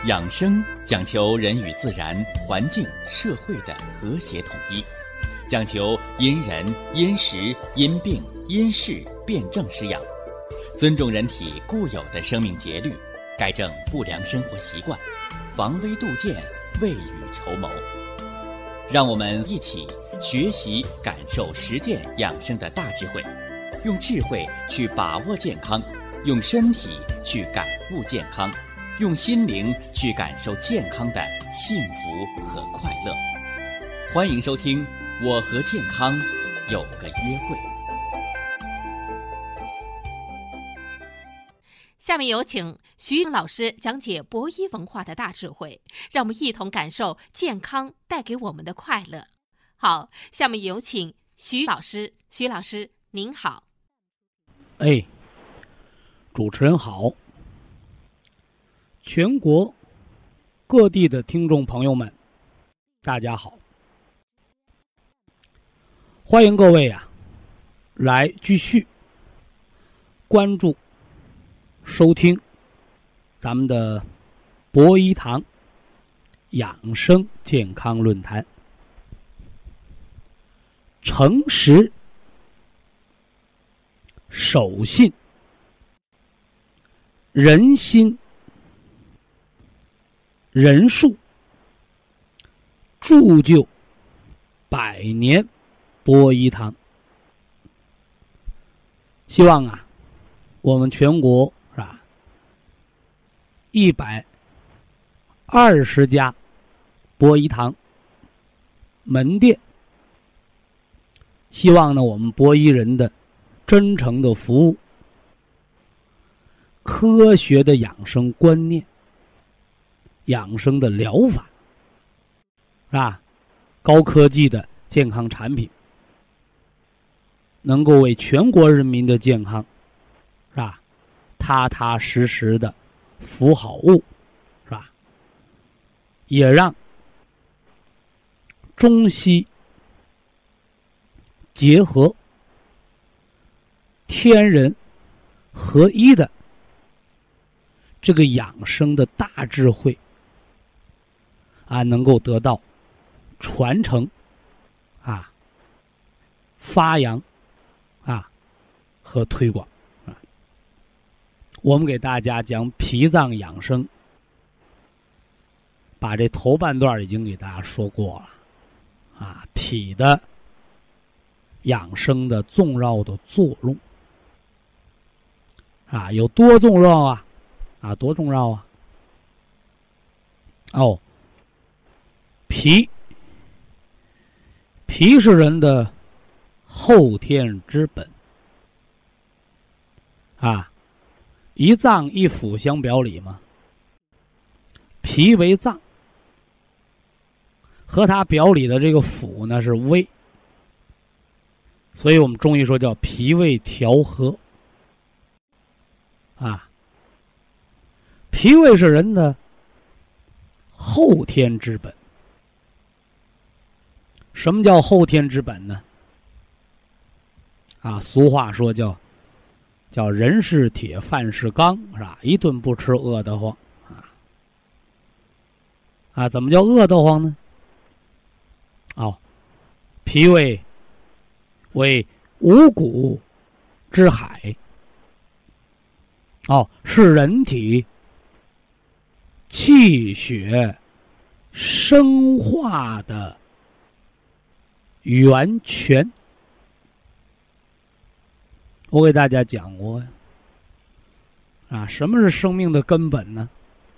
养生讲求人与自然、环境、社会的和谐统一，讲求因人、因时、因病、因事辩证施养，尊重人体固有的生命节律，改正不良生活习惯，防微杜渐，未雨绸缪。让我们一起学习、感受、实践养生的大智慧，用智慧去把握健康，用身体去感悟健康，用心灵去感受健康的幸福和快乐。欢迎收听《我和健康有个约会》。 下面有请徐老师讲解博医文化的大智慧，让我们一同感受健康带给我们的快乐。好，下面有请徐老师。徐老师您好。 主持人好，全国各地的听众朋友们大家好，欢迎各位来继续关注收听咱们的博医堂养生健康论坛。诚实、守信、人心、仁术，铸就100年博医堂。希望我们全国120家博医堂门店，希望我们博医人的真诚的服务，科学的养生观念，养生的疗法，高科技的健康产品，能够为全国人民的健康踏踏实实的服好务，也让中西结合、天人合一的这个养生的大智慧能够得到传承发扬和推广。我们给大家讲脾脏养生，把这头半段已经给大家说过了脾的养生的重要的作用有多重要多重要脾是人的后天之本一脏一腑相表里嘛，脾为脏，和它表里的这个腑呢是胃，所以我们中医说叫脾胃调和脾胃是人的后天之本。什么叫后天之本呢？俗话说叫人是铁，饭是钢，是吧？一顿不吃饿得慌怎么叫饿得慌呢？脾胃为五谷之海，是人体气血生化的源泉。我给大家讲过什么是生命的根本呢？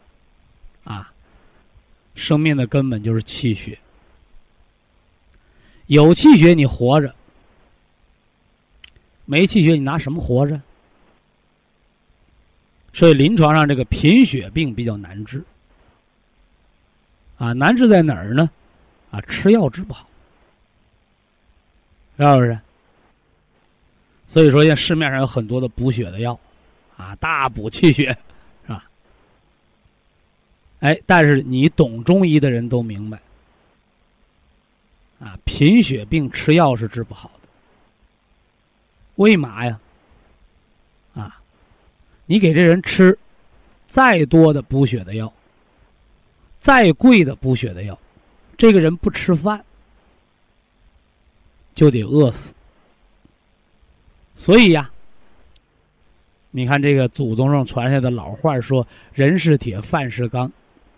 生命的根本就是气血。有气血你活着，没气血你拿什么活着？所以临床上这个贫血病比较难治难治在哪儿呢？吃药治不好，是不是？所以说现在市面上有很多的补血的药大补气血，是吧？但是你懂中医的人都明白贫血病吃药是治不好的。为嘛呀？你给这人吃再多的补血的药， 再贵的补血的药，这个人不吃饭就得饿死。所以呀，你看这个祖宗上传下来的老话说人是铁饭是钢，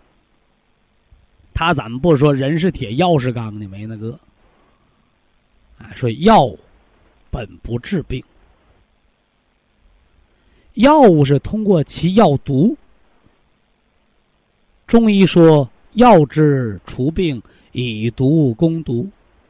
他怎么不说人是铁药是钢呢？没那个。说药物本不治病，药物是通过其药毒。中医说药治除病，以毒攻毒，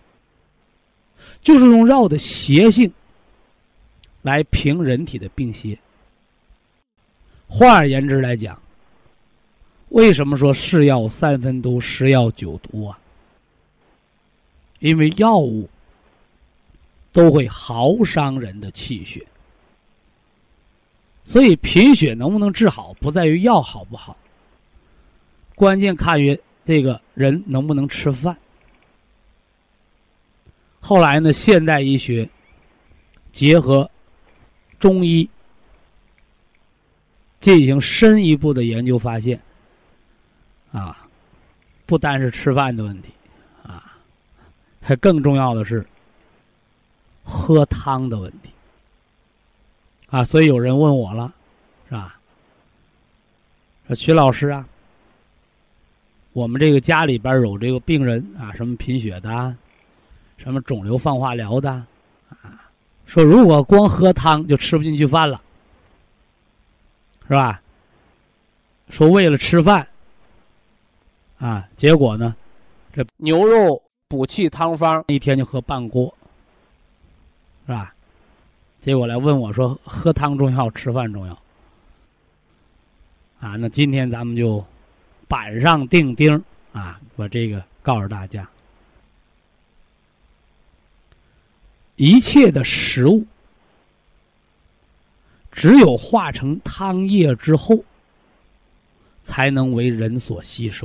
就是用药的邪性来平人体的病邪。换而言之来讲，为什么说是药三分毒，是药九毒啊？因为药物都会耗伤人的气血，所以贫血能不能治好，不在于药好不好，关键看于这个人能不能吃饭。后来呢，现代医学结合中医进行深一步的研究，发现不单是吃饭的问题还更重要的是喝汤的问题所以有人问我了，是吧？说徐老师啊，我们这个家里边有这个病人什么贫血的，什么肿瘤放化疗的说如果光喝汤就吃不进去饭了，是吧？说为了吃饭结果呢，这牛肉补气汤方一天就喝半锅，是吧？结果来问我说喝汤重要吃饭重要那今天咱们就板上钉钉把这个告诉大家，一切的食物只有化成汤液之后才能为人所吸收，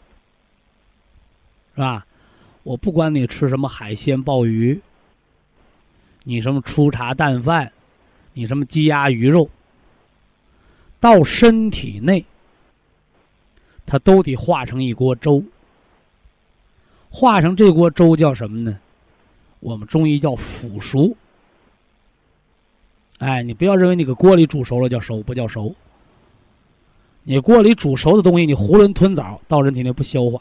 是吧？我不管你吃什么海鲜鲍鱼，你什么粗茶淡饭，你什么鸡鸭鱼肉，到身体内它都得化成一锅粥。化成这锅粥叫什么呢？我们中医叫腐熟。你不要认为你搁锅里煮熟了叫熟，不叫熟。你锅里煮熟的东西，你囫囵吞枣到人体内不消化。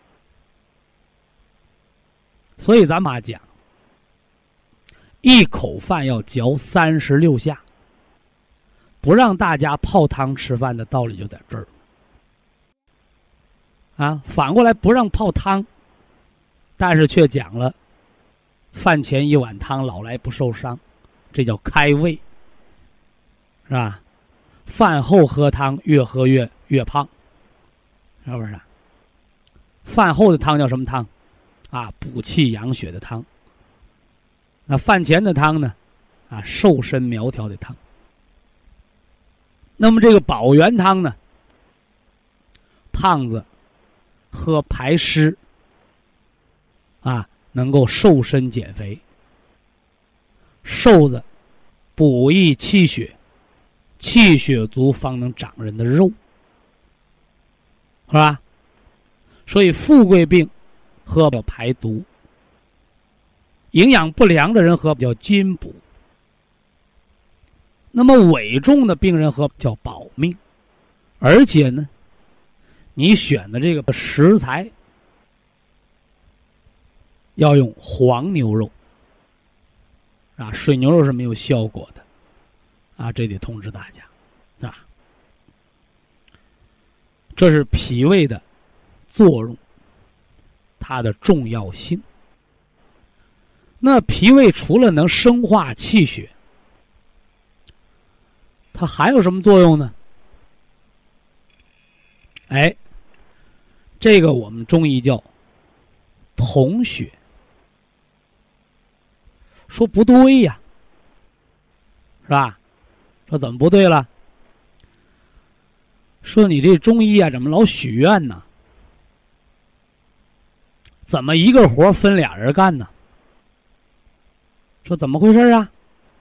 所以咱妈讲，一口饭要嚼36下，不让大家泡汤吃饭的道理就在这儿反过来不让泡汤，但是却讲了饭前一碗汤，老来不受伤，这叫开胃，是吧？饭后喝汤，越喝越胖，是不是？饭后的汤叫什么汤补气养血的汤。那饭前的汤呢瘦身苗条的汤。那么这个保元汤呢，胖子喝排湿能够瘦身减肥，瘦子补益气血，气血足方能长人的肉，是吧？所以富贵病喝叫排毒，营养不良的人喝叫津补，那么伪重的病人喝叫保命。而且呢，你选的这个食材要用黄牛肉水牛肉是没有效果的这得通知大家这是脾胃的作用，它的重要性。那脾胃除了能生化气血，它还有什么作用呢？这个我们中医叫统血。说不对呀，是吧？说怎么不对了？说你这中医怎么老许愿呢？怎么一个活分俩人干呢？说怎么回事啊？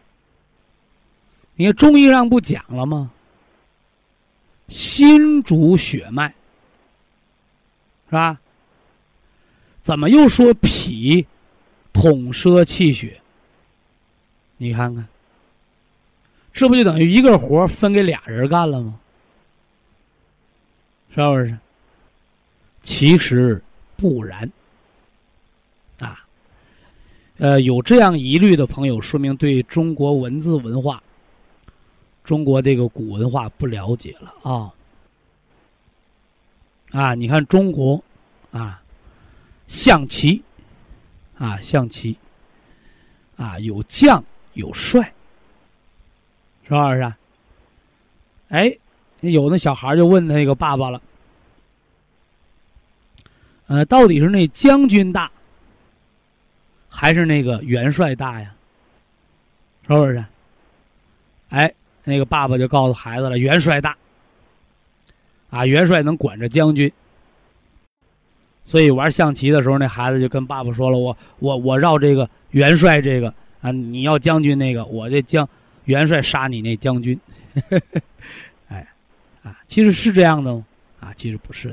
你看中医上不讲了吗？心主血脉， 是吧？怎么又说脾统摄气血？你看看，这不就等于一个活分给俩人干了吗？是不是？其实不然啊。有这样疑虑的朋友，说明对中国文字文化、中国这个古文化不了解了啊！你看中国啊，象棋啊，象棋啊，有将有帅，是不是？哎，有的小孩就问那个爸爸了，到底是那将军大，还是那个元帅大呀？是不是？哎，那个爸爸就告诉孩子了，元帅大啊，元帅能管着将军。所以玩象棋的时候，那孩子就跟爸爸说了，我绕这个元帅这个啊，你要将军那个，我这元帅杀你那将军。哎，其实是这样的吗？其实不是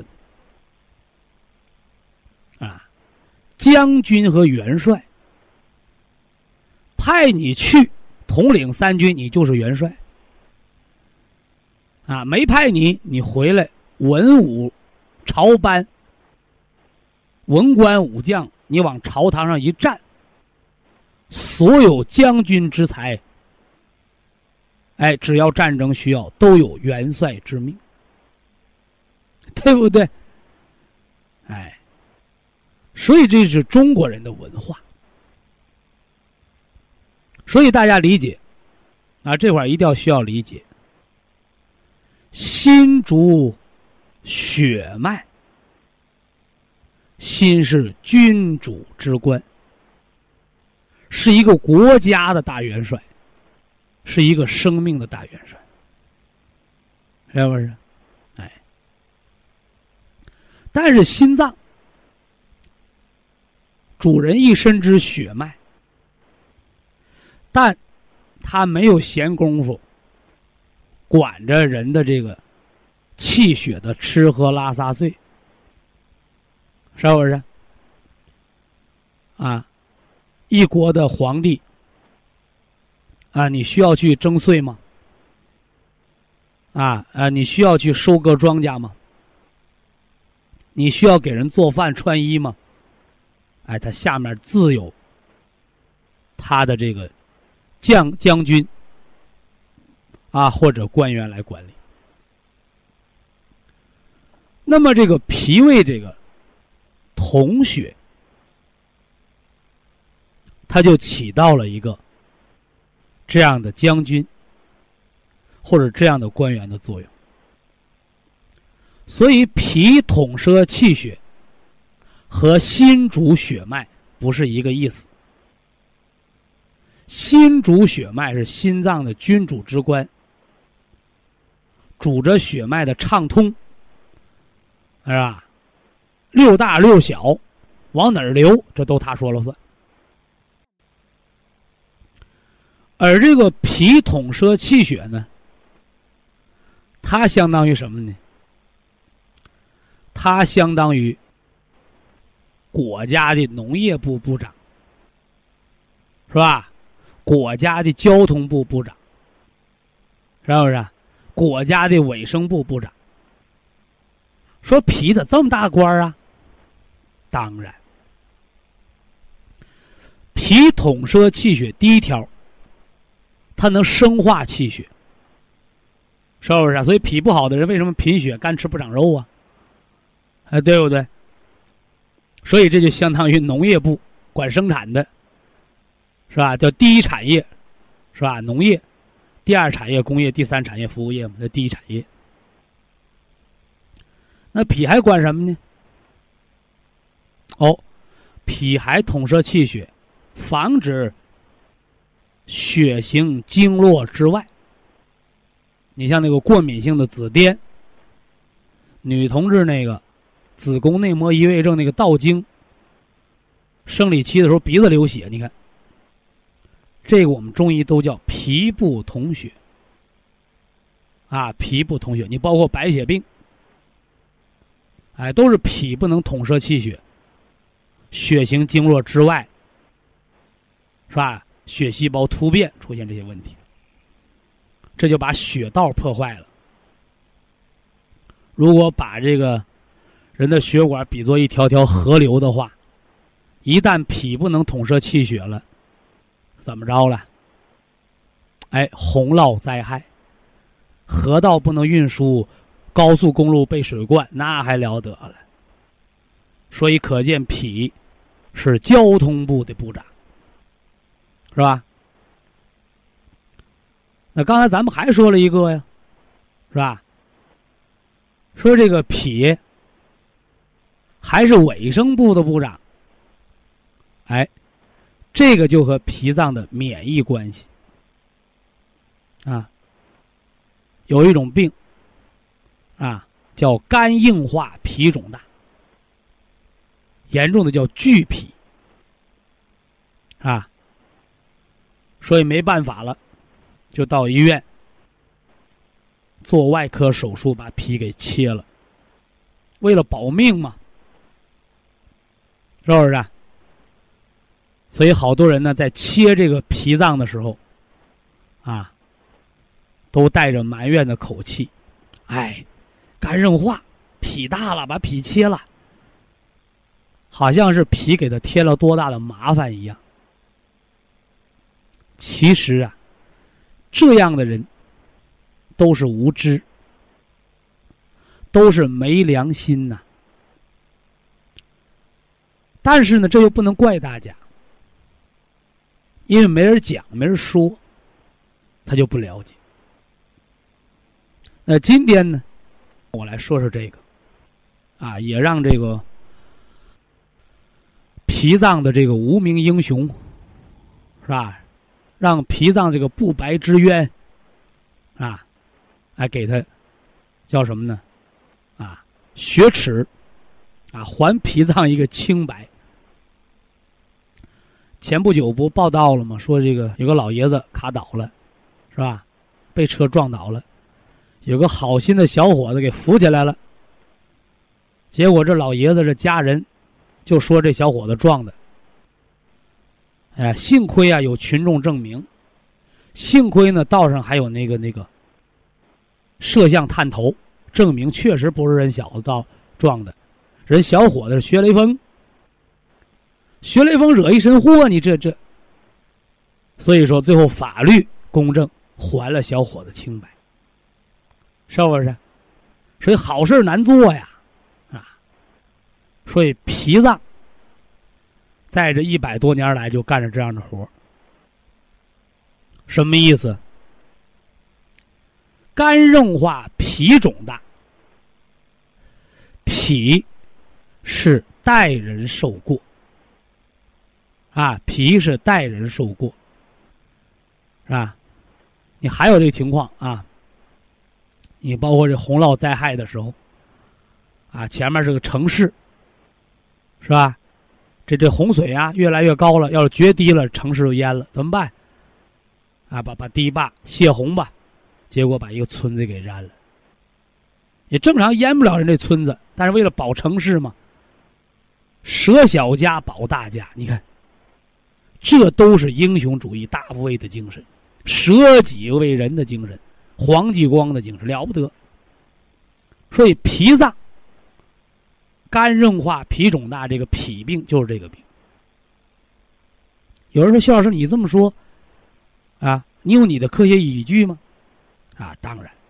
的。将军和元帅派你去统领三军，你就是元帅。没派你回来文武朝班。文官武将，你往朝堂上一站，所有将军之才，只要战争需要，都有元帅之命，对不对？所以这是中国人的文化。所以大家理解这块一定需要理解，心主血脉。心是君主之官，是一个国家的大元帅，是一个生命的大元帅，是不是？但是心脏，主人一身之血脉，但他没有闲工夫管着人的这个气血的吃喝拉撒睡。是不是？一国的皇帝你需要去征税吗？你需要去收割庄稼吗？你需要给人做饭穿衣吗？他下面自有他的这个将军或者官员来管理。那么这个脾胃这个统血，它就起到了一个这样的将军或者这样的官员的作用。所以脾统摄气血和心主血脉不是一个意思。心主血脉是心脏的君主之官，主着血脉的畅通，是吧？六大六小往哪儿流，这都他说了算。而这个脾统摄气血呢，它相当于什么呢？它相当于国家的农业部部长，是吧？国家的交通部部长，是不是？国家的卫生部部长。说脾怎这么大官啊？当然，脾统摄气血，第一条，它能生化气血，是不是？所以脾不好的人为什么贫血、干吃不长肉啊？对不对？所以这就相当于农业部管生产的，是吧？叫第一产业，是吧？农业，第二产业工业，第三产业服务业嘛，这第一产业。那脾还管什么呢？脾还统摄气血，防止血行经络之外。你像那个过敏性的紫癜，女同志那个子宫内膜异位症那个盗经，生理期的时候鼻子流血，你看，这个我们中医都叫脾不统血脾不统血。你包括白血病都是脾不能统摄气血，血行经络之外，是吧？血细胞突变出现这些问题，这就把血道破坏了。如果把这个人的血管比作一条条河流的话，一旦脾不能统摄气血了，怎么着了？洪涝灾害，河道不能运输，高速公路被水灌，那还了得了。所以可见脾是交通部的部长，是吧？那刚才咱们还说了一个呀，是吧？说这个脾还是卫生部的部长，这个就和脾脏的免疫关系啊。有一种病啊，叫肝硬化脾肿大，严重的叫巨脾啊，所以没办法了，就到医院做外科手术，把脾给切了，为了保命嘛，是不是啊？所以好多人呢，在切这个脾脏的时候啊，都带着埋怨的口气，肝硬化，脾大了，把脾切了，好像是脾给他添了多大的麻烦一样。其实啊，这样的人都是无知，都是没良心呐。但是呢，这又不能怪大家，因为没人讲，没人说，他就不了解。那今天呢，我来说说这个啊，也让这个脾脏的这个无名英雄，是吧？让脾脏这个不白之冤啊，给他叫什么呢？雪耻啊，还脾脏一个清白。前不久不报道了吗？说这个有个老爷子卡倒了，是吧？被车撞倒了，有个好心的小伙子给扶起来了。结果这老爷子这家人就说这小伙子撞的。幸亏啊有群众证明，幸亏呢道上还有那个摄像探头，证明确实不是人小子撞的，人小伙子是学雷锋。学雷锋惹一身祸，你这，所以说最后法律公正还了小伙子清白，是不是？所以好事难做呀，所以脾脏在这100多年来就干着这样的活。什么意思？肝硬化脾肿大，脾是代人受过脾是代人受过，是吧？你还有这个情况啊，你包括这洪涝灾害的时候前面是个城市，是吧？这洪水越来越高了，要是决堤了，城市就淹了，怎么办？把堤坝泄洪吧，结果把一个村子给淹了。也正常淹不了人这村子，但是为了保城市嘛，舍小家保大家，你看，这都是英雄主义大无畏的精神，舍己为人的精神，黄继光的精神，了不得。所以脾脏肝硬化脾肿大，这个脾病就是这个病。有人说薛老师你这么说你有你的科学依据吗？当然，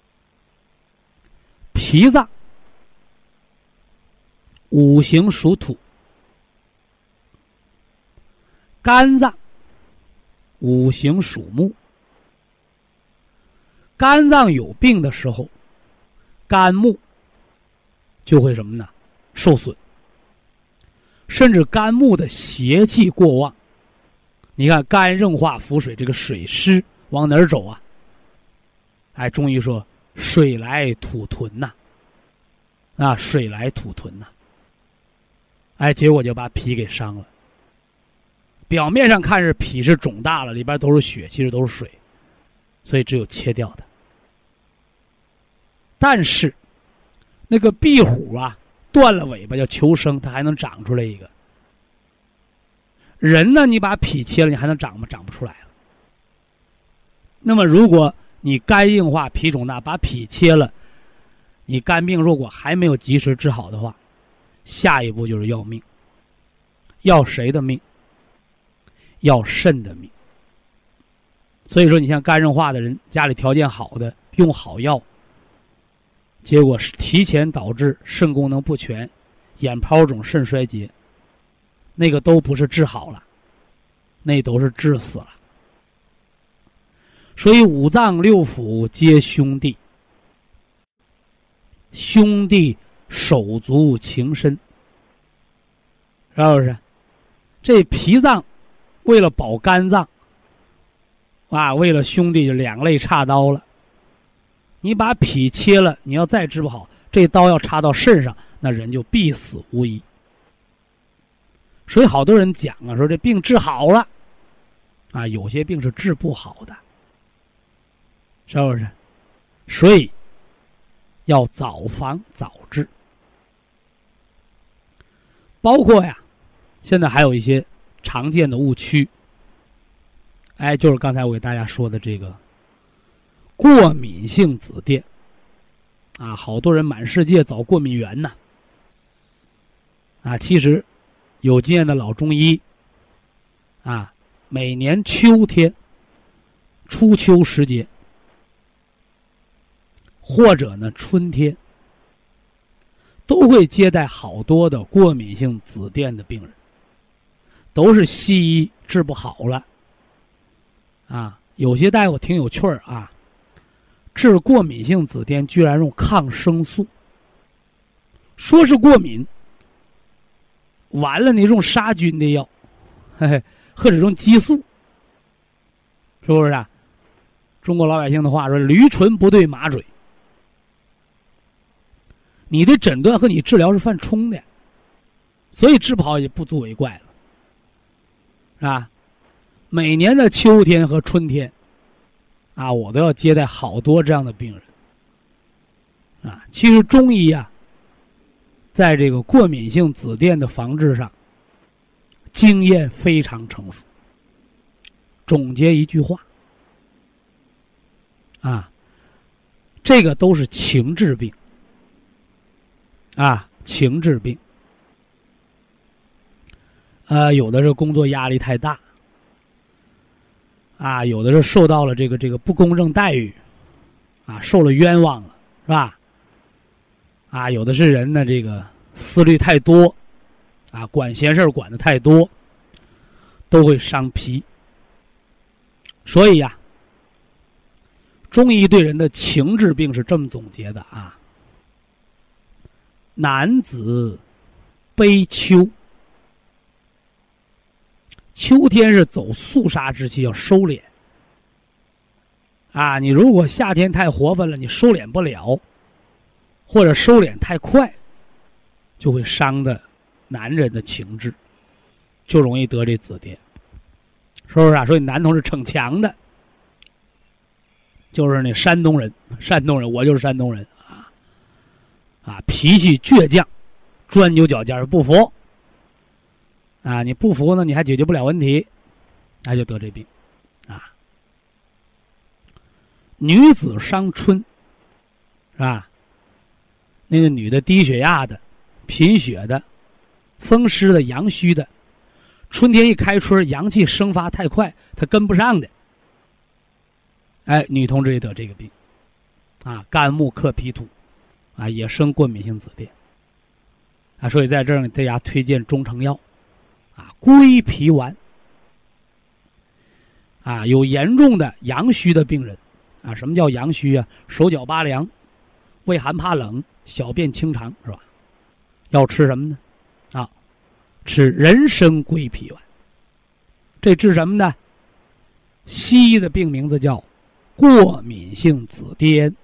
脾脏五行属土，肝脏五行属木。肝脏有病的时候，肝木就会什么呢？受损，甚至肝木的邪气过旺。你看肝硬化腹水，这个水湿往哪儿走中医说水来土屯水来土屯结果就把脾给伤了。表面上看是脾是肿大了，里边都是血，其实都是水，所以只有切掉的。但是那个壁虎断了尾巴叫求生，它还能长出来一个。人呢，你把脾切了，你还能长吗？长不出来了。那么如果你肝硬化、脾肿大，把脾切了，你肝病如果还没有及时治好的话，下一步就是要命。要谁的命？要肾的命。所以说，你像肝硬化的人，家里条件好的，用好药，结果是提前导致肾功能不全，眼泡肿、肾衰竭，那个都不是治好了，那都是治死了。所以五脏六腑皆兄弟，兄弟手足情深，是不是？这脾脏为了保肝脏啊，为了兄弟就两肋插刀了。你把脾切了，你要再治不好，这刀要插到肾上，那人就必死无疑。所以好多人讲啊，说这病治好了啊，有些病是治不好的，是不是？所以要早防早治。包括呀，现在还有一些常见的误区，就是刚才我给大家说的这个过敏性紫癜啊，好多人满世界找过敏源呢。其实有经验的老中医啊，每年秋天初秋时节，或者呢春天，都会接待好多的过敏性紫癜的病人，都是西医治不好了啊。有些大夫挺有趣儿啊，治过敏性紫癜居然用抗生素，说是过敏，完了你用杀菌的药，或者用激素，是不是啊？中国老百姓的话说，驴唇不对马嘴。你的诊断和你治疗是犯冲的，所以治不好也不足为怪了，是吧？每年的秋天和春天啊，我都要接待好多这样的病人啊。其实中医啊，在这个过敏性紫癜的防治上，经验非常成熟。总结一句话啊，这个都是情志病啊，情志病。有的是工作压力太大啊，有的是受到了这个不公正待遇啊，受了冤枉了，是吧？啊，有的是人呢，这个思虑太多啊，管闲事管得太多，都会伤脾。所以呀，中医对人的情志病是这么总结的啊：男子悲秋，秋天是走肃杀之气，要收敛啊。你如果夏天太活泛了，你收敛不了，或者收敛太快，就会伤的男人的情志，就容易得这紫癜，是不是啊？所以男同志逞强的，就是那山东人，我就是山东人啊，脾气倔强，钻牛角尖，不服啊！你不服呢，你还解决不了问题，那就得这病啊。女子伤春，是吧？那个女的低血压的、贫血的、风湿的、阳虚的，春天一开春，阳气生发太快，她跟不上的，女同志也得这个病啊。肝木克脾土啊，也生过敏性紫癜啊。所以在这儿给大家推荐中成药啊，归脾丸啊。有严重的阳虚的病人啊，什么叫阳虚啊？手脚发凉，畏寒怕冷，小便清长，是吧？要吃什么呢？啊，吃人参归脾丸。这治什么呢？西医的病名字叫过敏性紫癜，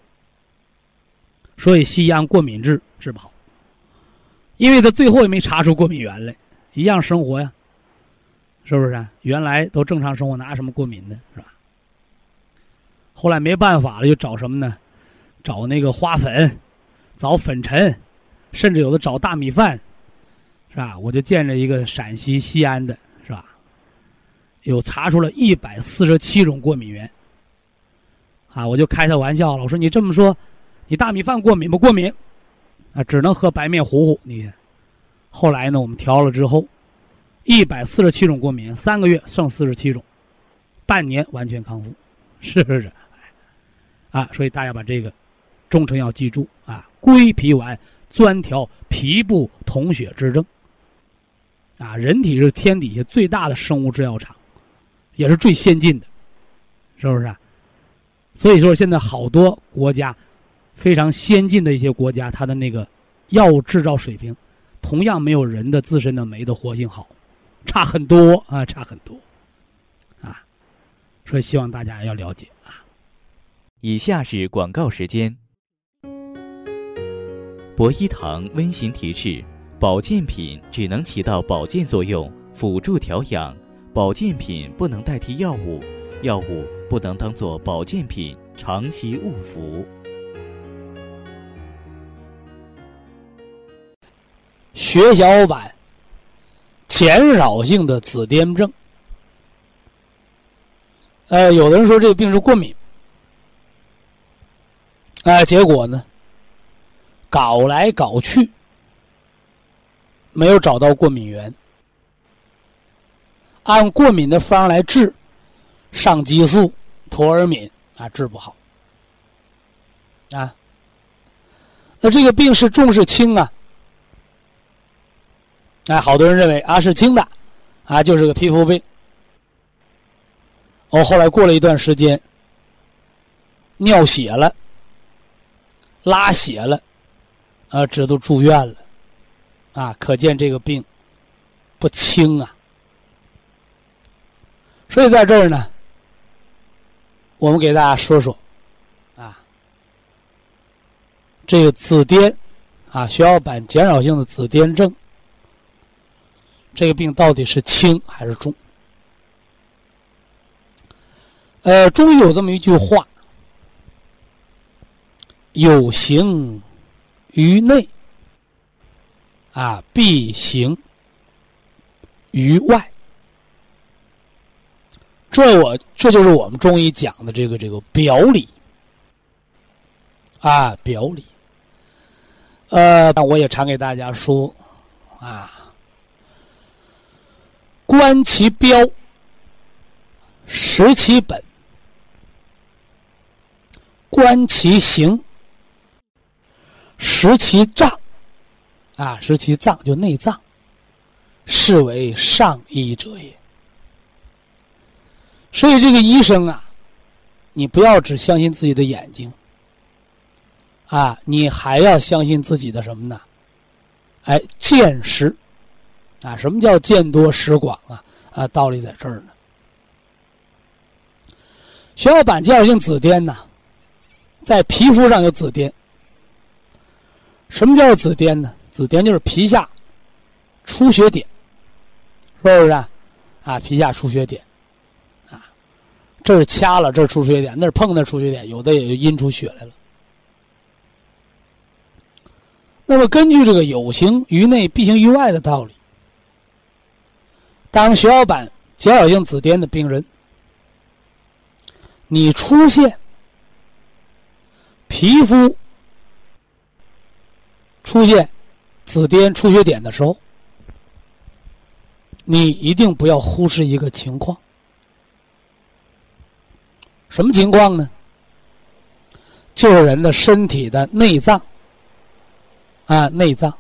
所以西医按过敏治不好，因为他最后也没查出过敏源来，一样生活呀，是不是啊？原来都正常生活，哪有什么过敏的，是吧？后来没办法了，就找什么呢？找那个花粉，找粉尘甚至有的找大米饭，是吧？我就见着一个陕西西安的，是吧？有查出了147种过敏源。啊，我就开他玩笑了，我说你这么说，你大米饭过敏不过敏？啊，只能喝白面糊糊。你看，后来呢，我们调了之后，147种过敏，3个月剩47种，半年完全康复，是不是？啊，所以大家把这个中成药记住啊，归脾丸专调脾部统血之症。啊，人体是天底下最大的生物制药厂，也是最先进的，是不是啊？所以说，现在好多国家非常先进的一些国家，它的那个药物制造水平，同样没有人的自身的酶的活性好，差很多啊，差很多啊。所以希望大家要了解啊。 以下是广告时间。博一堂温馨提示：保健品只能起到保健作用，辅助调养；保健品不能代替药物，药物不能当作保健品长期误服。 血小板减少性的紫癜症，有的人说这个病是过敏，结果呢，搞来搞去没有找到过敏源，按过敏的方来治，上激素、托尔敏啊，治不好啊。那这个病是重是轻啊？好多人认为啊是轻的，啊就是个皮肤病。后来过了一段时间，尿血了，拉血了，这都住院了，啊，可见这个病不轻啊。所以在这儿呢，我们给大家说说，啊，这个紫癜，啊，血小板减少性的紫癜症，这个病到底是轻还是重？中医有这么一句话：有形于内，啊，必行于外。这就是我们中医讲的这个表里，啊，表里。我也常给大家说，啊，观其标，识其本，观其形，识其脏，啊，识其脏就内脏，是为上医者也。所以这个医生啊，你不要只相信自己的眼睛，啊，你还要相信自己的什么呢？见识，啊，什么叫见多识广啊？道理在这儿呢。血小板减少性紫癜呢，在皮肤上有紫癜。什么叫紫癜呢？紫癜就是皮下出血点，是不是啊？皮下出血点，啊，这是掐了，这是出血点，那是碰的出血点，有的也就阴出血来了。那么根据这个有形于内必行于外的道理，当血小板减少性紫癜的病人，你出现皮肤出现紫癜出血点的时候，你一定不要忽视一个情况。什么情况呢？就是人的身体的内脏，啊，内脏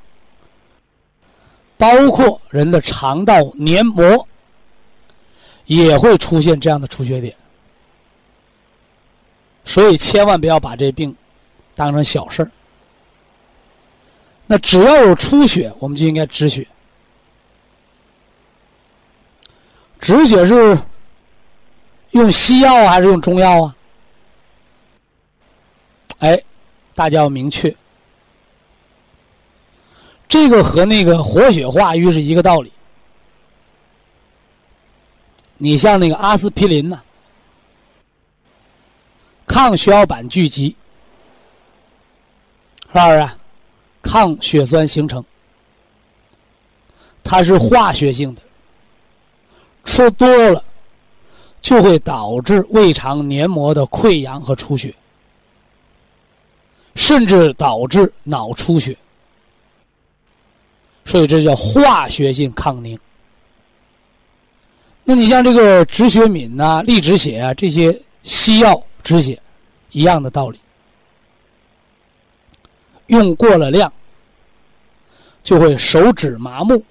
包括人的肠道黏膜也会出现这样的出血点。所以千万不要把这病当成小事儿。那只要有出血，我们就应该止血。止血是用西药还是用中药啊？大家要明确。这个和那个活血化瘀是一个道理。你像那个阿司匹林呢，抗血小板聚集，是不是？ 抗血栓形成，它是化学性的，吃多了就会导致胃肠黏膜的溃疡和出血，甚至导致脑出血，所以这叫化学性抗凝。那你像这个止血敏呐、利止血啊，这些西药止血一样的道理，用过了量就会手指麻木、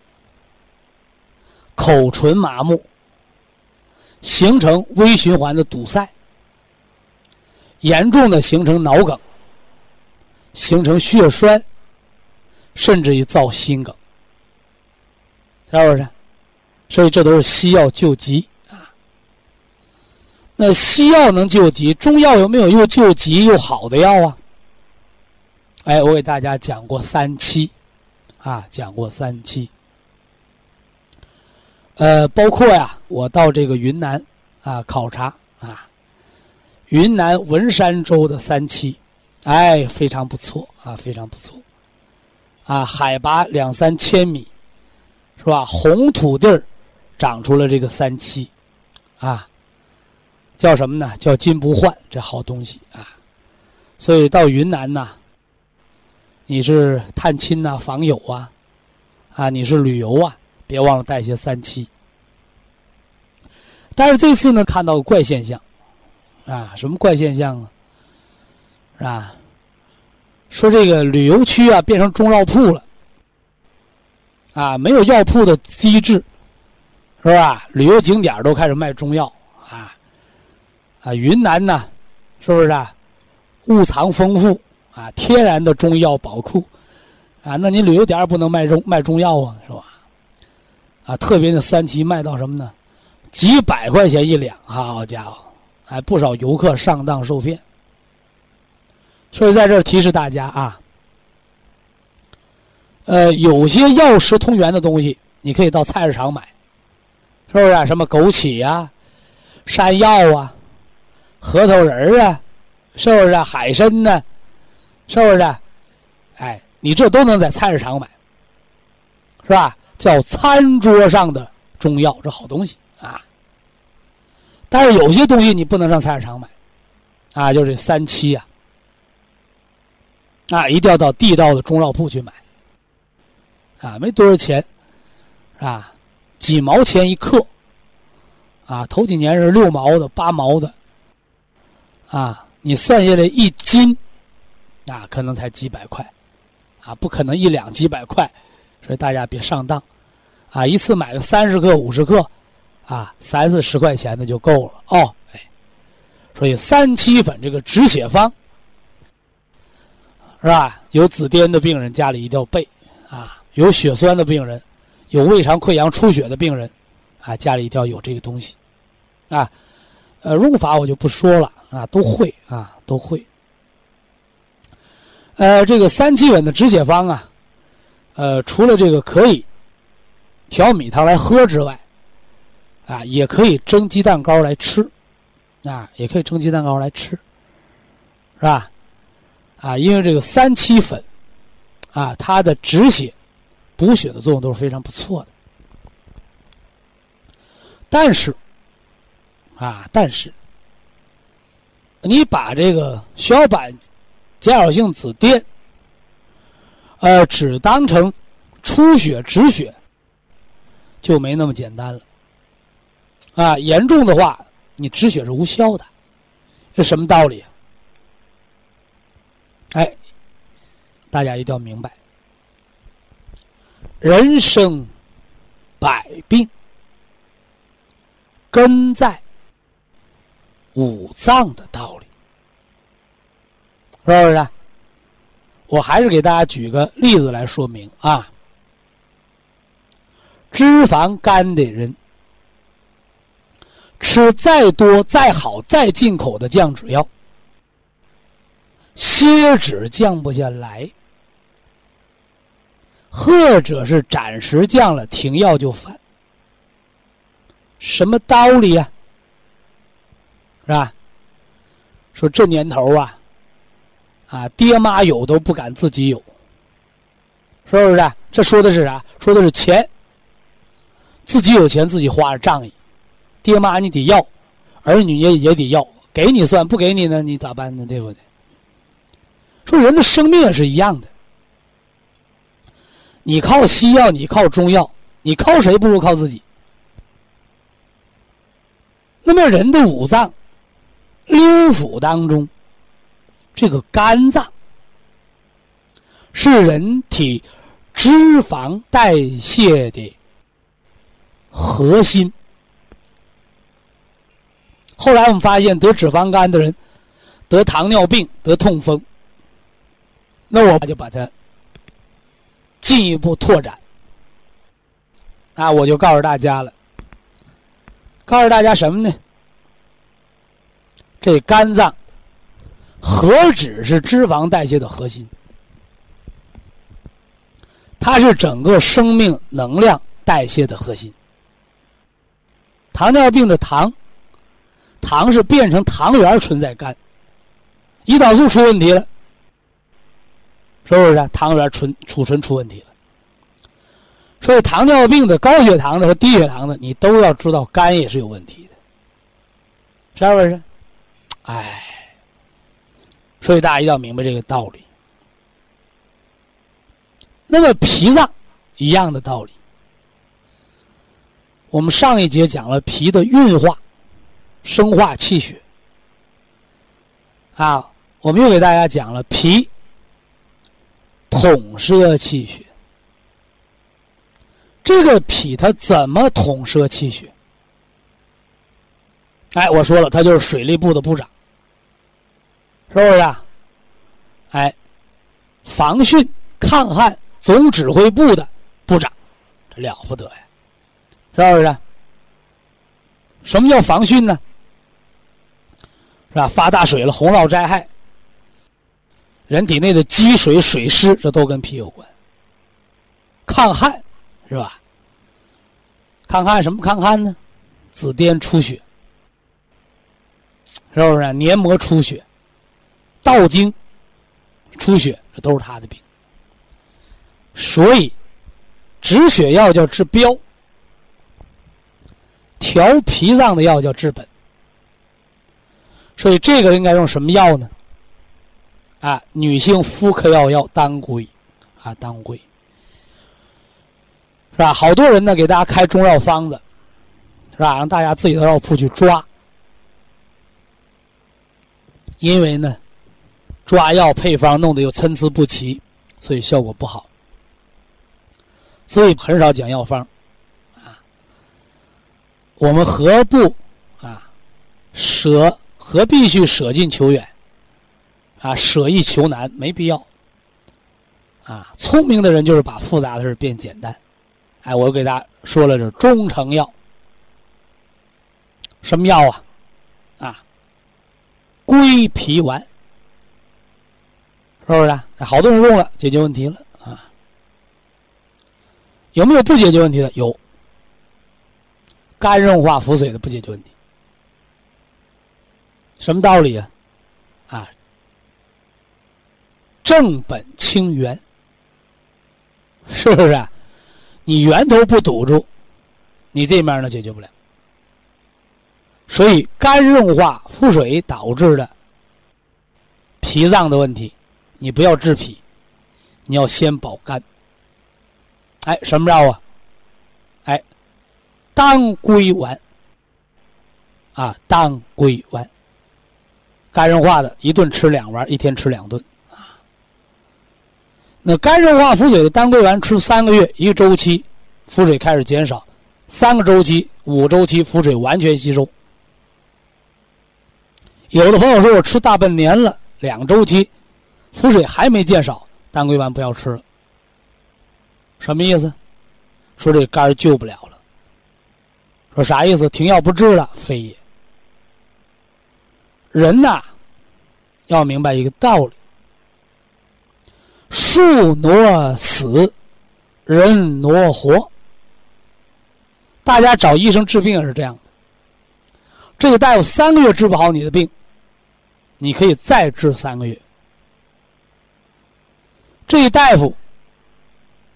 口唇麻木，形成微循环的堵塞，严重的形成脑梗，形成血栓，甚至于造心梗，是不是？所以这都是西药救急啊。那西药能救急，中药有没有又救急又好的药啊？哎，我给大家讲过3期啊，讲过3期。包括呀，我到这个云南啊考察啊，云南文山州的3期，哎，非常不错啊，非常不错啊，海拔2-3千米，是吧？红土地儿长出了这个3期啊，叫什么呢？叫金不换，这好东西啊。所以到云南呐，你是探亲呐、访友啊，啊，你是旅游啊，别忘了带些3期。但是这次呢，看到个怪现象啊，什么怪现象啊？是吧？说这个旅游区啊变成中药铺了啊，没有药铺的机制，是吧？旅游景点都开始卖中药啊，云南呢，是不是啊？物藏丰富啊，天然的中药宝库啊，那你旅游点不能卖中药啊，是吧？啊，特别的3期卖到什么呢？几百块钱1两，好家伙，哎，不少游客上当受骗。所以在这儿提示大家啊，有些药食同源的东西，你可以到菜市场买，是不是啊？什么枸杞啊、山药啊、核桃仁啊，是不是啊？海参呢，是不是啊？哎，你这都能在菜市场买，是吧？叫餐桌上的中药，这好东西啊。但是有些东西你不能上菜市场买啊，就这3期啊，一定要到地道的中药铺去买啊，没多少钱啊，几毛钱一克啊，头几年是6毛的、8毛的啊，你算下来1斤啊，可能才几百块啊，不可能1两几百块，所以大家别上当啊，一次买个30克、50克啊，30-40块钱的就够了哦，哎，所以3七粉这个止血方是吧？有紫癜的病人家里一定要备啊，有血栓的病人，有胃肠溃疡出血的病人啊，家里一定要有这个东西啊。用法我就不说了啊，都会啊，都会。这个3七粉的止血方啊，除了这个可以调米汤来喝之外，啊，也可以蒸鸡蛋糕来吃，啊，也可以蒸鸡蛋糕来吃，是吧？啊，因为这个3七粉，啊，它的止血、补血的作用都是非常不错的。但是，你把这个小板减少性紫癜，只当成出血止血，就没那么简单了。啊，严重的话，你止血是无效的，这什么道理？哎，大家一定要明白，人生百病，根在五脏的道理，是不是？我还是给大家举个例子来说明啊。脂肪肝的人，吃再多、再好、再进口的降脂药，血脂降不下来，或者是暂时降了，停药就犯。什么道理啊？是吧？说这年头啊，爹妈有都不敢自己有， 是不是？这说的是啥？说的是钱，自己有钱自己花着仗义，爹妈你得要，儿女也得要，给你算，不给你呢，你咋办呢？对不对？说人的生命也是一样的，你靠西药，你靠中药，你靠谁不如靠自己。那么人的五脏六腑当中，这个肝脏是人体脂肪代谢的核心。后来我们发现得脂肪肝的人得糖尿病得痛风，那我就把它进一步拓展，我就告诉大家了，告诉大家什么呢？这肝脏何止是脂肪代谢的核心，它是整个生命能量代谢的核心。糖尿病的糖是变成糖原存在肝，胰岛素出问题了，是不是？糖原储存出问题了。所以糖尿病的高血糖的和低血糖的，你都要知道肝也是有问题的，是不是？所以大家一定要明白这个道理。那么脾脏一样的道理，我们上一节讲了脾的运化生化气血我们又给大家讲了脾统摄气血。这个脾它怎么统摄气血？我说了，它就是水利部的部长，是不是防汛抗旱总指挥部的部长，这了不得呀，是不是？什么叫防汛呢？是吧？发大水了，洪涝灾害，人体内的积水水湿，这都跟脾有关。抗旱是吧？抗旱什么抗旱呢？紫癜出血，是不是？黏膜出血，道经出血，这都是他的病。所以止血药叫治标，调脾脏的药叫治本。所以这个应该用什么药呢？女性妇科药当归当归，是吧？好多人呢给大家开中药方子，是吧？让大家自己到药铺去抓，因为呢抓药配方弄得又参差不齐，所以效果不好，所以很少讲药方我们何必去舍近求远舍易求难？没必要聪明的人就是把复杂的事变简单。我给大家说了，这中成药，什么药归脾丸，是不是？好多人用了，解决问题了有没有不解决问题的？有，肝硬化腹水的不解决问题。什么道理正本清源，是不是？你源头不堵住，你这面呢解决不了。所以肝硬化腹水导致的脾脏的问题，你不要治脾，你要先保肝。什么药当归丸当归丸，肝硬化的一顿吃2丸，一天吃2顿那肝硬化腹水的当归丸吃3个月，一个周期腹水开始减少，3个周期5周期腹水完全吸收。有的朋友说我吃大半年了，2周期腹水还没减少，当归丸不要吃了。什么意思？说这肝救不了了。说啥意思？停药不治了？非也。人要明白一个道理，树挪死，人挪活。大家找医生治病也是这样的，这个大夫3个月治不好你的病，你可以再治3个月。这大夫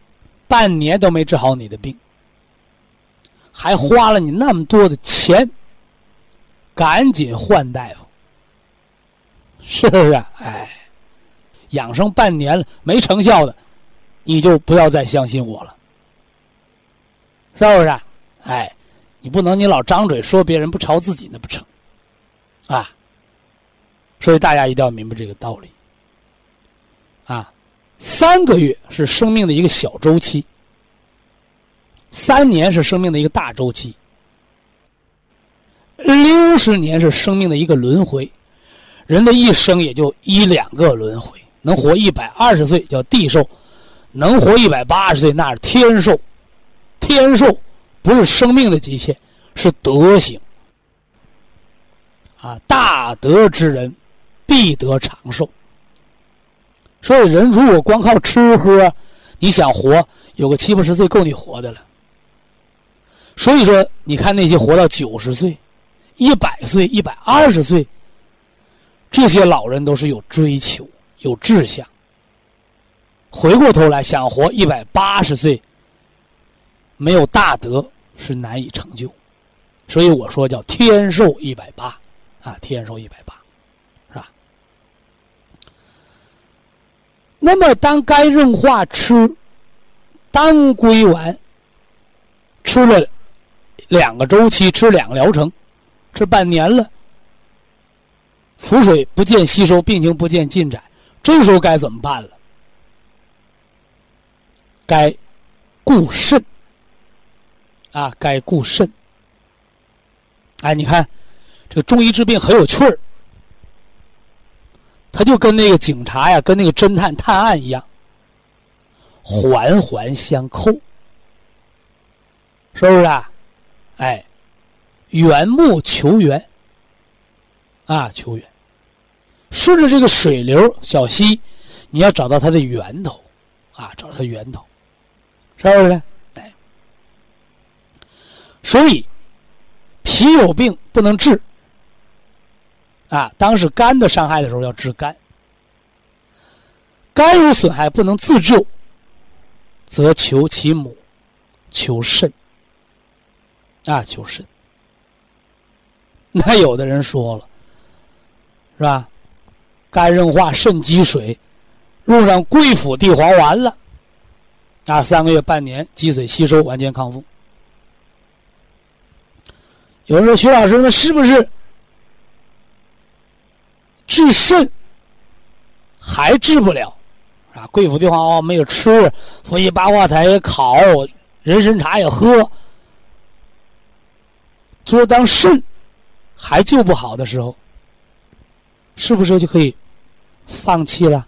半年都没治好你的病，还花了你那么多的钱，赶紧换大夫，是不是？哎，养生半年了没成效的，你就不要再相信我了，是不是？哎，你不能你老张嘴说别人不朝自己那不成啊！所以大家一定要明白这个道理啊！3个月是生命的一个小周期，3年是生命的一个大周期，60年是生命的一个轮回。人的一生也就1-2个轮回，能活120岁叫地寿，能活180岁那是天寿。天寿不是生命的极限，是德行啊！大德之人必得长寿。所以人如果光靠吃喝，你想活有个70-80岁够你活的了。所以说你看那些活到90岁、100岁、120岁，这些老人都是有追求、有志向。回过头来想活180岁，没有大德是难以成就。所以我说叫天寿180啊，天寿180，是吧？那么当肝硬化吃当归丸吃了2个周期，吃2个疗程，吃半年了，腹水不见吸收，病情不见进展，这时候该怎么办了？该固肾啊，该固肾。哎，你看这个中医治病很有趣儿，他就跟那个警察呀，跟那个侦探探案一样，环环相扣，是不是啊？哎，缘木求源啊，求源，顺着这个水流小溪，你要找到它的源头啊，找到它源头，是不是？哎，所以脾有病不能治啊，当时肝的伤害的时候要治肝，肝有损害不能自救，则求其母，求肾啊，求肾。那有的人说了，是吧？肝硬化肾积水，用上桂附地黄丸了啊，3个月半年积水吸收完全康复。有人说徐老师，那是不是治肾还治不了啊？桂附地黄丸没有吃，伏羲八卦台也烤，人参茶也喝，就是当肾还救不好的时候，是不是就可以放弃了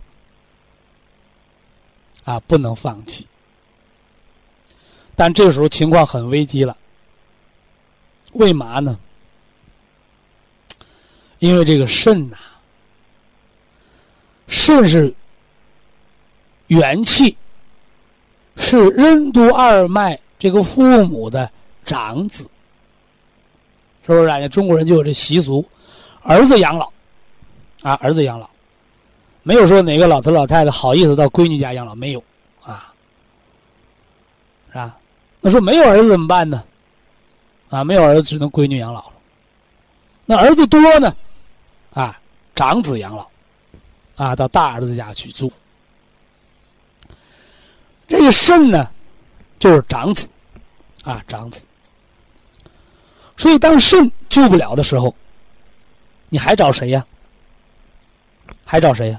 啊？不能放弃，但这个时候情况很危机了。为嘛呢？因为这个肾呐，肾是元气，是任督二脉这个父母的长子，是不是？人家中国人就有这习俗，儿子养老啊，儿子养老，没有说哪个老头老太太好意思到闺女家养老，没有啊，是吧？那说没有儿子怎么办呢？啊，没有儿子只能闺女养老了。那儿子多呢？啊，长子养老，啊，到大儿子家去住。这个肾呢，就是长子，啊，长子。所以当肾救不了的时候，你还找谁呀？还找谁呀？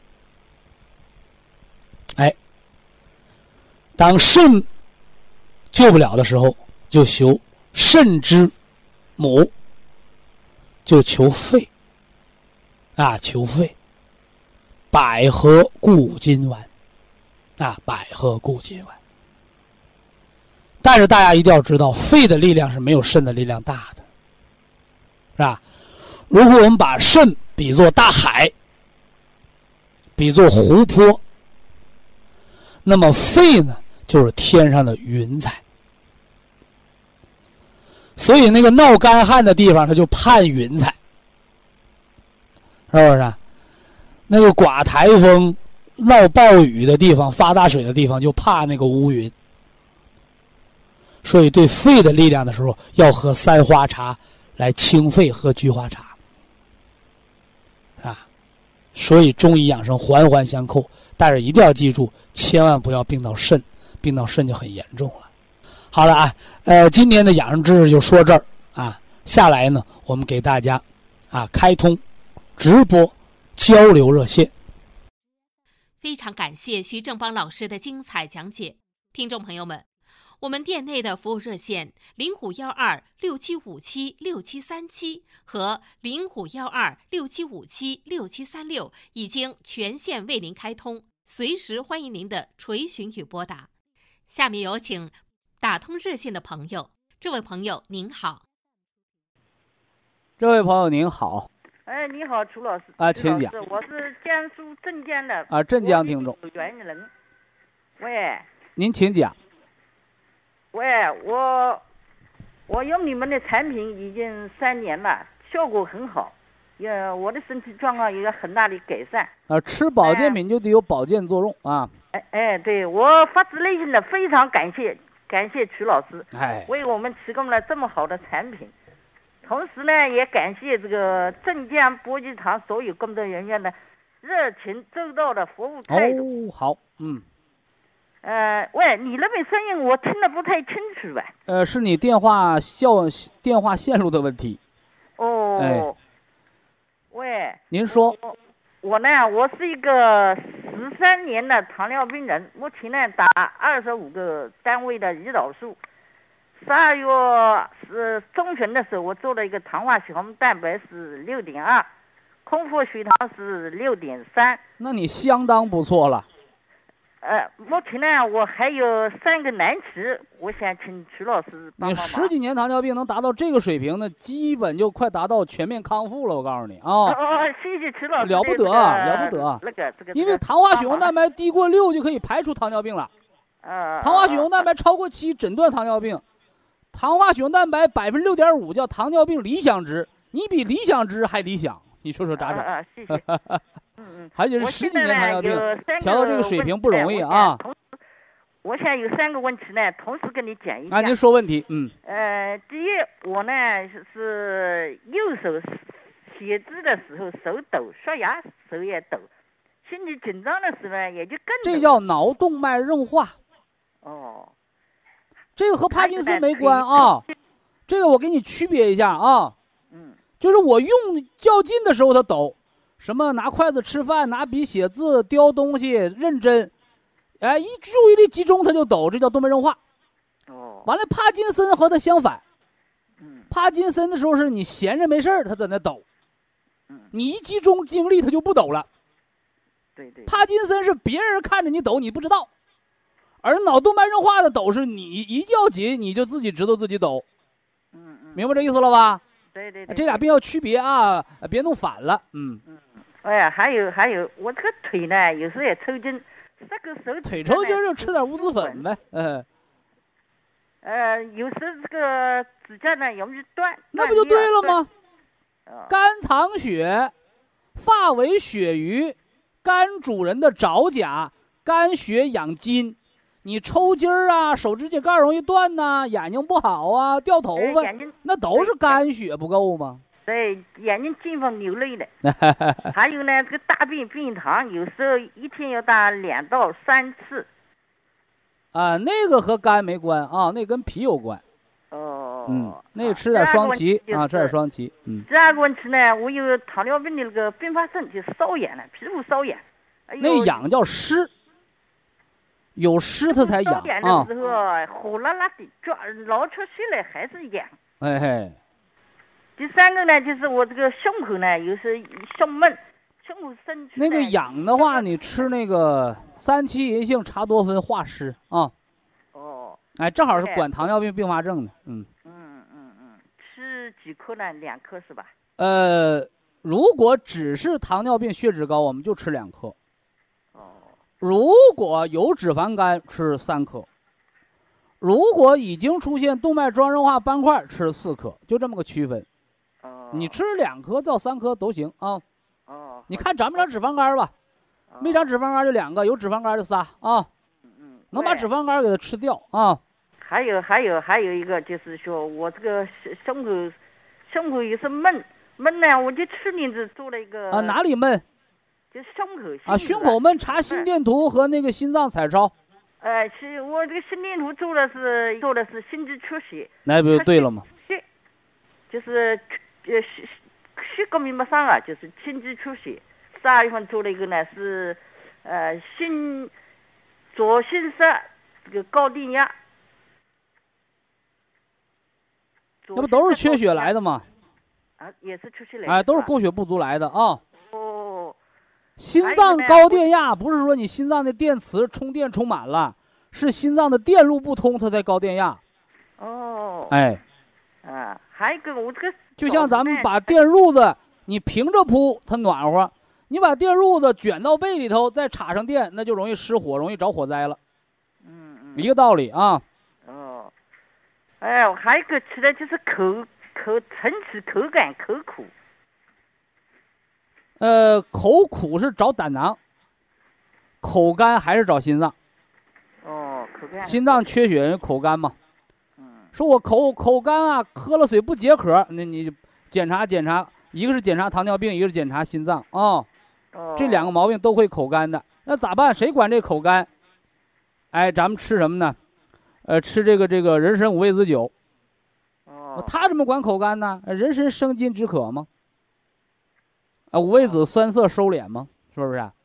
哎，当肾救不了的时候，就求肾之母，就求肺啊，求肺。百合固筋丸啊，百合固筋丸。但是大家一定要知道，肺的力量是没有肾的力量大的，是吧？如果我们把肾比作大海，比作湖泊，那么肺呢，就是天上的云彩。所以那个闹干旱的地方，它就盼云彩，是不是？那个刮台风、闹暴雨的地方、发大水的地方，就怕那个乌云， 所以对肺的力量的时候，要喝三花茶来清肺，喝菊花茶啊。所以中医养生环环相扣，但是一定要记住，千万不要病到肾，病到肾就很严重了。好了啊，今天的养生知识就说这儿啊。下来呢，我们给大家开通直播交流热线。 非常感谢徐正邦老师的精彩讲解，听众朋友们，我们店内的服务热线051267576737和051267576736已经全线为您开通，随时欢迎您的垂询与拨打。下面有请打通热线的朋友，这位朋友您好。 这位朋友您好。 哎，你好，楚老师。 请讲。 我是江苏镇江的。 镇江听众。 原人。喂。 您请讲。 喂，我用你们的产品已经3年了，效果很好，我的身体状况有个很大的改善。 吃保健品就得有保健作用啊。 对，我发自内心的非常感谢曲老师，为我们提供了这么好的产品。同时呢，也感谢这个镇江博济堂所有工作人员的热情周到的服务态度。 好， 喂，你那边声音我听得不太清楚吧？ 是你电话线路的问题。 喂， 您说。 我呢，我是一个13年的糖尿病人，目前呢打25个单位的胰岛素。12月是中旬的时候，我做了一个糖化血红蛋白是6.2，空腹血糖是6.3。 那你相当不错了。 目前呢，我还有3个难题，我想请曲老师帮忙。 你10几年糖尿病能达到这个水平呢，基本就快达到全面康复了。我告诉你啊。 谢谢曲老师。 了不得。因为糖化血红蛋白低过6就可以排除糖尿病了。糖化血红蛋白超过7诊断糖尿病。糖化血红蛋白6.5%叫糖尿病理想值，你比理想值还理想，你说说咋整？ 谢谢。 而且是10几年糖尿病，调到这个水平不容易啊。 我想有3个问题呢，同时跟你讲一下。 您说问题。 第一，我呢是右手写字的时候手抖，刷牙手也抖，心里紧张的时候也就更抖。 这叫脑动脉硬化。这个和帕金森没关啊，这个我给你区别一下啊。就是我用较劲的时候它抖，什么拿筷子吃饭、拿笔写字、雕东西、认真，一注意力集中它就抖，这叫动脉硬化。完了，帕金森和它相反。帕金森的时候是你闲着没事儿，它在那抖，你一集中精力它就不抖了。 对。 帕金森是别人看着你抖你不知道。而脑动脉硬化的抖是你一较紧你就自己知道自己抖。明白这意思了吧？ 对。 这俩病要区别啊，别弄反了。 还有，我这个腿呢，有时候也抽筋，这个手腿抽筋就吃点乌子粉呗。 有时候这个指甲呢容易断。 那不就对了吗？肝藏血，发为血瘀，肝主人的爪甲，肝血养筋。你抽筋儿啊，手指甲盖容易断呐，眼睛不好啊，掉头发，那都是肝血不够吗？ 对，眼睛经常流泪的。还有呢，这个大便便溏，有时候一天要大2到3次。 那个和肝没关啊，那跟脾有关。那个吃点双歧啊，吃点双歧。 第二个问题呢，我有糖尿病的那个并发症，就瘙痒了，皮肤瘙痒。 那痒叫湿。有湿它才痒啊！的时候火辣辣的，老出血来还是痒。第3个呢，就是我这个胸口呢，有时胸闷，胸口深处。 那个痒的话，你吃那个3七银杏茶多酚化湿啊。正好是管糖尿病并发症的。 吃几颗呢？2颗是吧？ 如果只是糖尿病血脂高，我们就吃2颗。如果有脂肪肝，吃3颗；如果已经出现动脉粥样硬化斑块，吃4颗，就这么个区分。你吃2颗到3颗都行啊。你看长没长脂肪肝吧？没长脂肪肝就2个，有脂肪肝就3啊。能把脂肪肝给它吃掉啊。 还有一个就是说我这个胸口有时闷呢，我就去年子做了一个哪里闷？ 就是胸口胸口闷，查心电图和那个心脏彩超。 是我这个心电图做的是心肌缺血， 那不就对了吗？ 就是血革命没上啊，就是心肌缺血。12月份做了一个呢是左心室这个高电压。 那不都是缺血来的吗？ 也是缺血来的。 都是供血不足来的啊。心还脏高电压不是说你心脏的电池充电充满了，是心脏的电路不通，它才高电压。 还有一个我这个就像咱们把电褥子你平着铺它暖和，你把电褥子卷到被里头再插上电，那就容易失火，容易着火灾了。一个道理啊。 还有一个吃的就是晨起口感口苦。 口苦是找胆囊，口干还是找心脏。 口干。 心脏缺血，人口干嘛。说我口干啊，喝了水不解渴，那你检查，一个是检查糖尿病，一个是检查心脏啊。这两个毛病都会口干的，那咋办？谁管这口干？咱们吃什么呢？吃这个人参五味子酒。他怎么管口干呢？人参生津止渴吗？五味子酸涩收敛吗？是不是？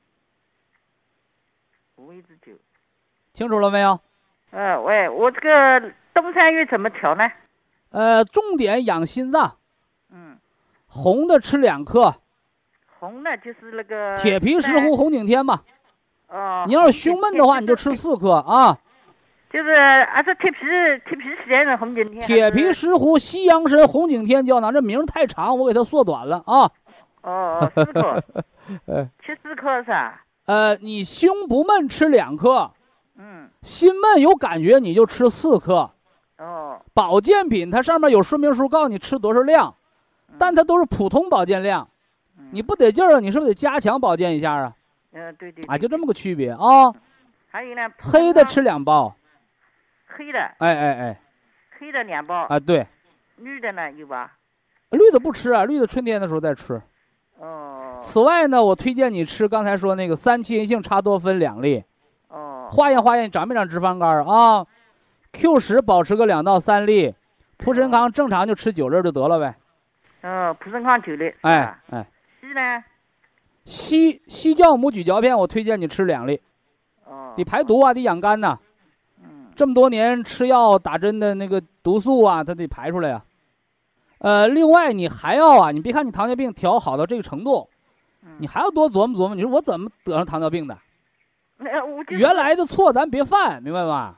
五味子酒。 清楚了没有？ 我这个冬三月怎么调呢？ 重点养心脏。红的吃2克。 红的就是那个铁皮石斛红景天嘛。你要是胸闷的话，你就吃4克啊。 就是铁皮石斛红景天。 铁皮石斛西洋参红景天胶囊，这名太长，我给它缩短了啊。 4克。吃4克是吧？ 你胸不闷吃2克。心闷有感觉你就吃4克。保健品它上面有说明书告诉你吃多少量，但它都是普通保健量。你不得劲儿，你是不是得加强保健一下啊？ 对。 就这么个区别啊。 还有呢， 黑的吃2包。 黑的。黑的2包。 对。 绿的呢有吧？ 绿的不吃啊，绿的春天的时候再吃。此外呢，我推荐你吃刚才说那个3七银杏茶多酚2粒。化验长没长脂肪肝啊。Q10保持个2到3粒，蒲参康正常就吃9粒就得了呗。 蒲参康9粒。硒呢？ 硒酵母咀嚼片我推荐你吃2粒。得排毒啊，得养肝呐。这么多年吃药打针的那个毒素啊，它得排出来呀。另外你还要你别看你糖尿病调好到这个程度，你还要多琢磨。你说我怎么得上糖尿病的？原来的错咱别犯，明白吗？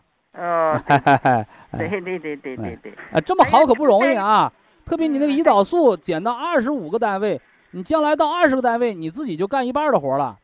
对。 这么好可不容易啊！特别你那个胰岛素减到25个单位，你将来到20个单位，你自己就干一半的活了。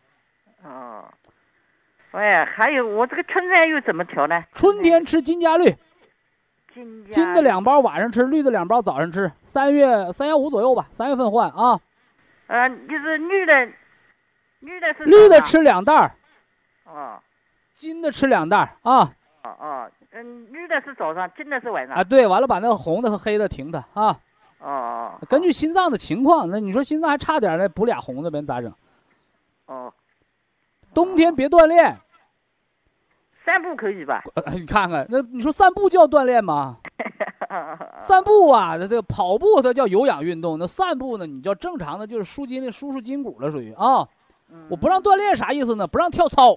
还有我这个春三月怎么调呢？ 春天吃金加绿。金的2包晚上吃，绿的2包早上吃。3月5左右吧，3月份换啊。 就是绿的是绿的吃2袋。金的吃2袋啊。 绿的是早上，金的是晚上。 对，完了把那个红的和黑的停它啊。根据心脏的情况，那你说心脏还差点呢，补俩红的呗，咋整？冬天别锻炼。 散步可以吧？ 你看看，那你说散步叫锻炼吗？散步这个跑步它叫有氧运动，那散步呢，你叫正常的，就是舒筋骨了，属于啊。我不让锻炼啥意思呢？不让跳操。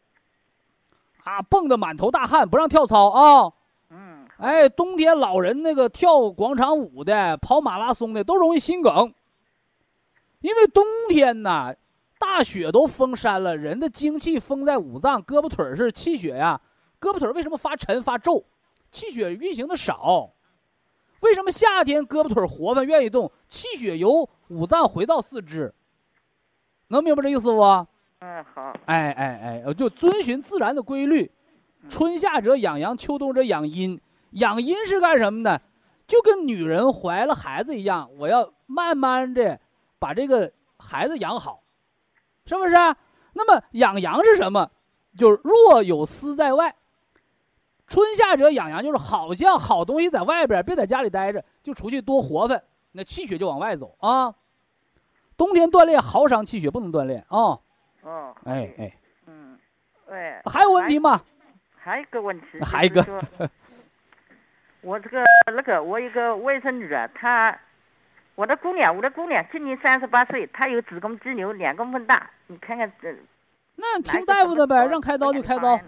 蹦得满头大汗，不让跳操啊。冬天老人那个跳广场舞的、跑马拉松的都容易心梗，因为冬天呢，大雪都封山了，人的精气封在五脏，胳膊腿是气血呀。胳膊腿为什么发沉发皱？气血运行的少。为什么夏天胳膊腿活泛愿意动？气血由五脏回到四肢。能明白这意思不？ 好。 就遵循自然的规律，春夏者养阳，秋冬者养阴。养阴是干什么呢？就跟女人怀了孩子一样，我要慢慢的把这个孩子养好，是不是？那么养阳是什么？就是若有丝在外， 春夏者养阳，就是好像好东西在外边，别在家里待着，就出去多活分，那气血就往外走啊。冬天锻炼耗伤气血，不能锻炼啊。 哦， 哎， 哎， 还有问题吗？ 还有一个问题， 还有一个， 我我一个外甥女啊，我的姑娘今年38岁，她有子宫肌瘤2公分大，你看看这。 那听大夫的呗，让开刀就开刀。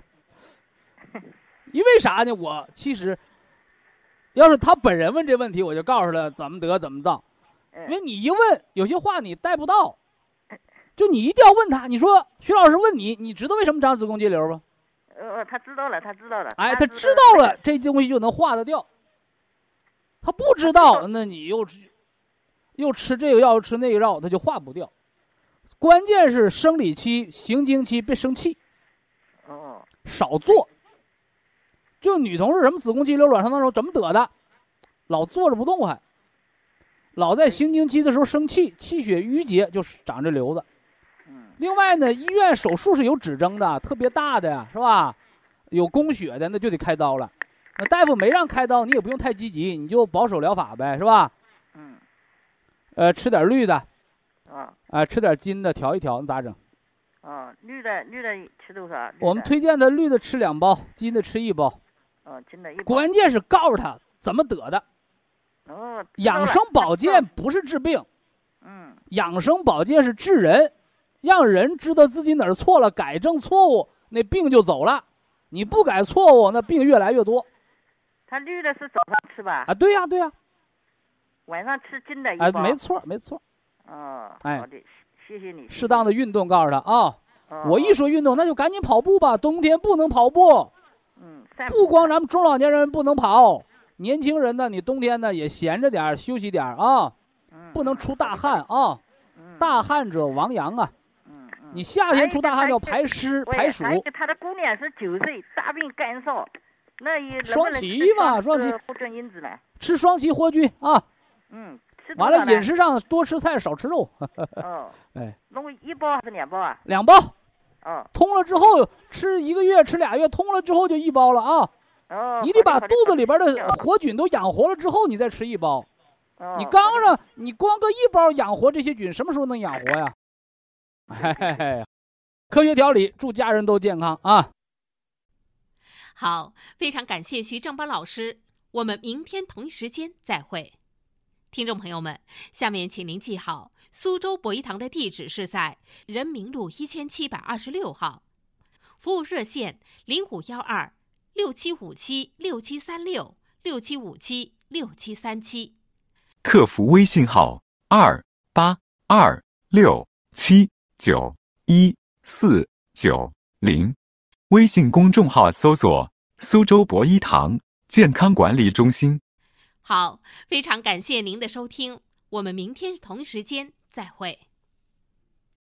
因为啥呢？我其实，要是他本人问这问题，我就告诉他怎么得怎么到。因为你一问，有些话你带不到，就你一定要问他。你说徐老师问你，你知道为什么长子宫肌瘤吗？ 他知道了。 哎，他知道了，这东西就能化得掉。他不知道，那你又吃这个药，吃那个药，他就化不掉。关键是生理期、行经期别生气。少做。就女同志什么子宫肌瘤、卵巢囊肿怎么得的？老坐着不动还，老在行经期的时候生气，气血淤结就长这瘤子。另外呢，医院手术是有指征的，特别大的呀，是吧？有供血的那就得开刀了。那大夫没让开刀，你也不用太积极，你就保守疗法呗，是吧？吃点绿的，吃点金的调一调，你咋整？ 绿的吃多少？ 我们推荐的绿的吃2包，金的吃1包。 金的1包。 关键是告诉他怎么得的。养生保健不是治病，养生保健是治人，让人知道自己哪儿错了，改正错误，那病就走了。你不改错误，那病越来越多。 他绿的是早上吃吧？ 对呀。 晚上吃金的1包。 没错。 好的，谢谢你。 适当的运动，告诉他啊。我一说运动，那就赶紧跑步吧。冬天不能跑步。不光咱们中老年人不能跑，年轻人呢，你冬天呢也闲着点，休息点啊。不能出大汗啊。大汗者亡阳啊。你夏天出大汗要排湿排暑。 他的姑娘是9岁，大病干燥，那也双歧嘛，双歧活菌因子呢？ 吃双歧活菌啊。完了，饮食上多吃菜，少吃肉。 弄1包还是2包啊 ？2包。通了之后吃1个月，吃2月，通了之后就1包了啊。你得把肚子里边的活菌都养活了之后，你再吃1包。你光个1包养活这些菌，什么时候能养活呀？科学调理，祝家人都健康啊！ 好，非常感谢徐正邦老师，我们明天同一时间再会。听众朋友们，下面请您记好，苏州博医堂的地址是在人民路1726号，服务热线0512675736736675763737。 客服微信号282679149，微信公众号搜索苏州博医堂健康管理中心。 好，非常感谢您的收听，我们明天同时间再会。